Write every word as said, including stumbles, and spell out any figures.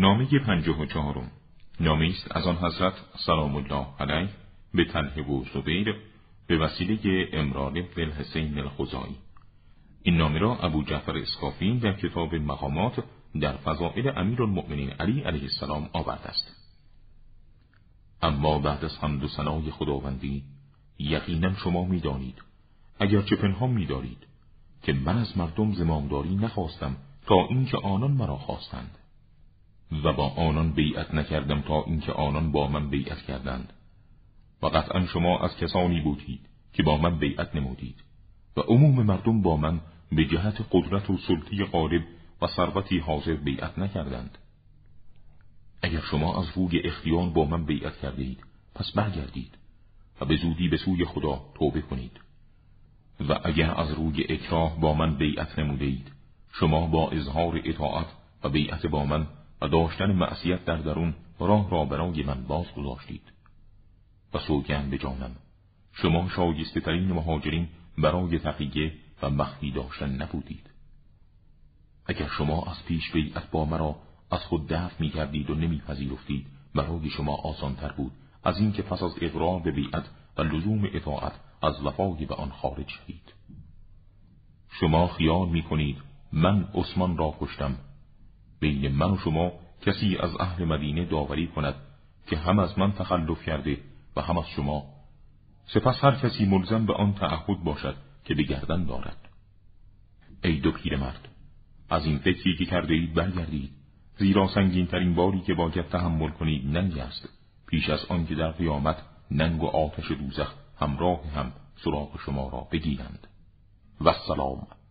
نامه پنجاه و چهارم. نامه است از آن حضرت سلام الله علیه به طلحه و زبیر به وسیله عمران بن الحسین الخزاعی. این نامه را ابو جعفر اسکافی در کتاب مقامات در فضائل امیرالمؤمنین علی علیه السلام آورده است. اما بعد از حمد و ثنای خداوندی، یقینا شما می دانید، اگرچه پنهان می دارید، که من از مردم زمامداری نخواستم تا اینکه آنان مرا خواستند، و با آنان بیعت نکردم تا اینکه آنان با من بیعت کردند. و قطعا شما از کسانی بودید که با من بیعت نمودید و عموم مردم با من به جهت قدرت و سلطه غالب و ثروتی حاضر بیعت نکردند. اگر شما از روی اختیار با من بیعت کردید، پس برگردید و به زودی به سوی خدا توبه کنید. و اگر از روی اکراه با من بیعت نمودید، شما با اظهار اطاعت و بیعت با من و داشتن معصیت در درون راه را برای من باز گذاشتید. و سوگند به جانم، شما شایسته ترین مهاجرین برای تقیه و مخفی داشتن نبودید. اگر شما از پیش بیعت با مرا از خود دفع می کردید و نمی پذیرفتید، برای شما آسان تر بود از اینکه پس از اقرار به بیعت و لزوم اطاعت از وفای به آن خارج شدید. شما خیال می کنید من عثمان را کشتم. بین من و شما کسی از اهل مدینه داوری کند که هم از من تخلف کرده و هم از شما، سپس هر کسی ملزم به آن تعهد باشد که به گردن دارد. ای دو پیرمرد، از این فکری که کرده اید برگردید، زیرا سنگین ترین باری که باید تحمل کنید ننگ است، پیش از آن که در قیامت ننگ و آتش دوزخ همراه هم سراغ شما را بگیرند. و السلام.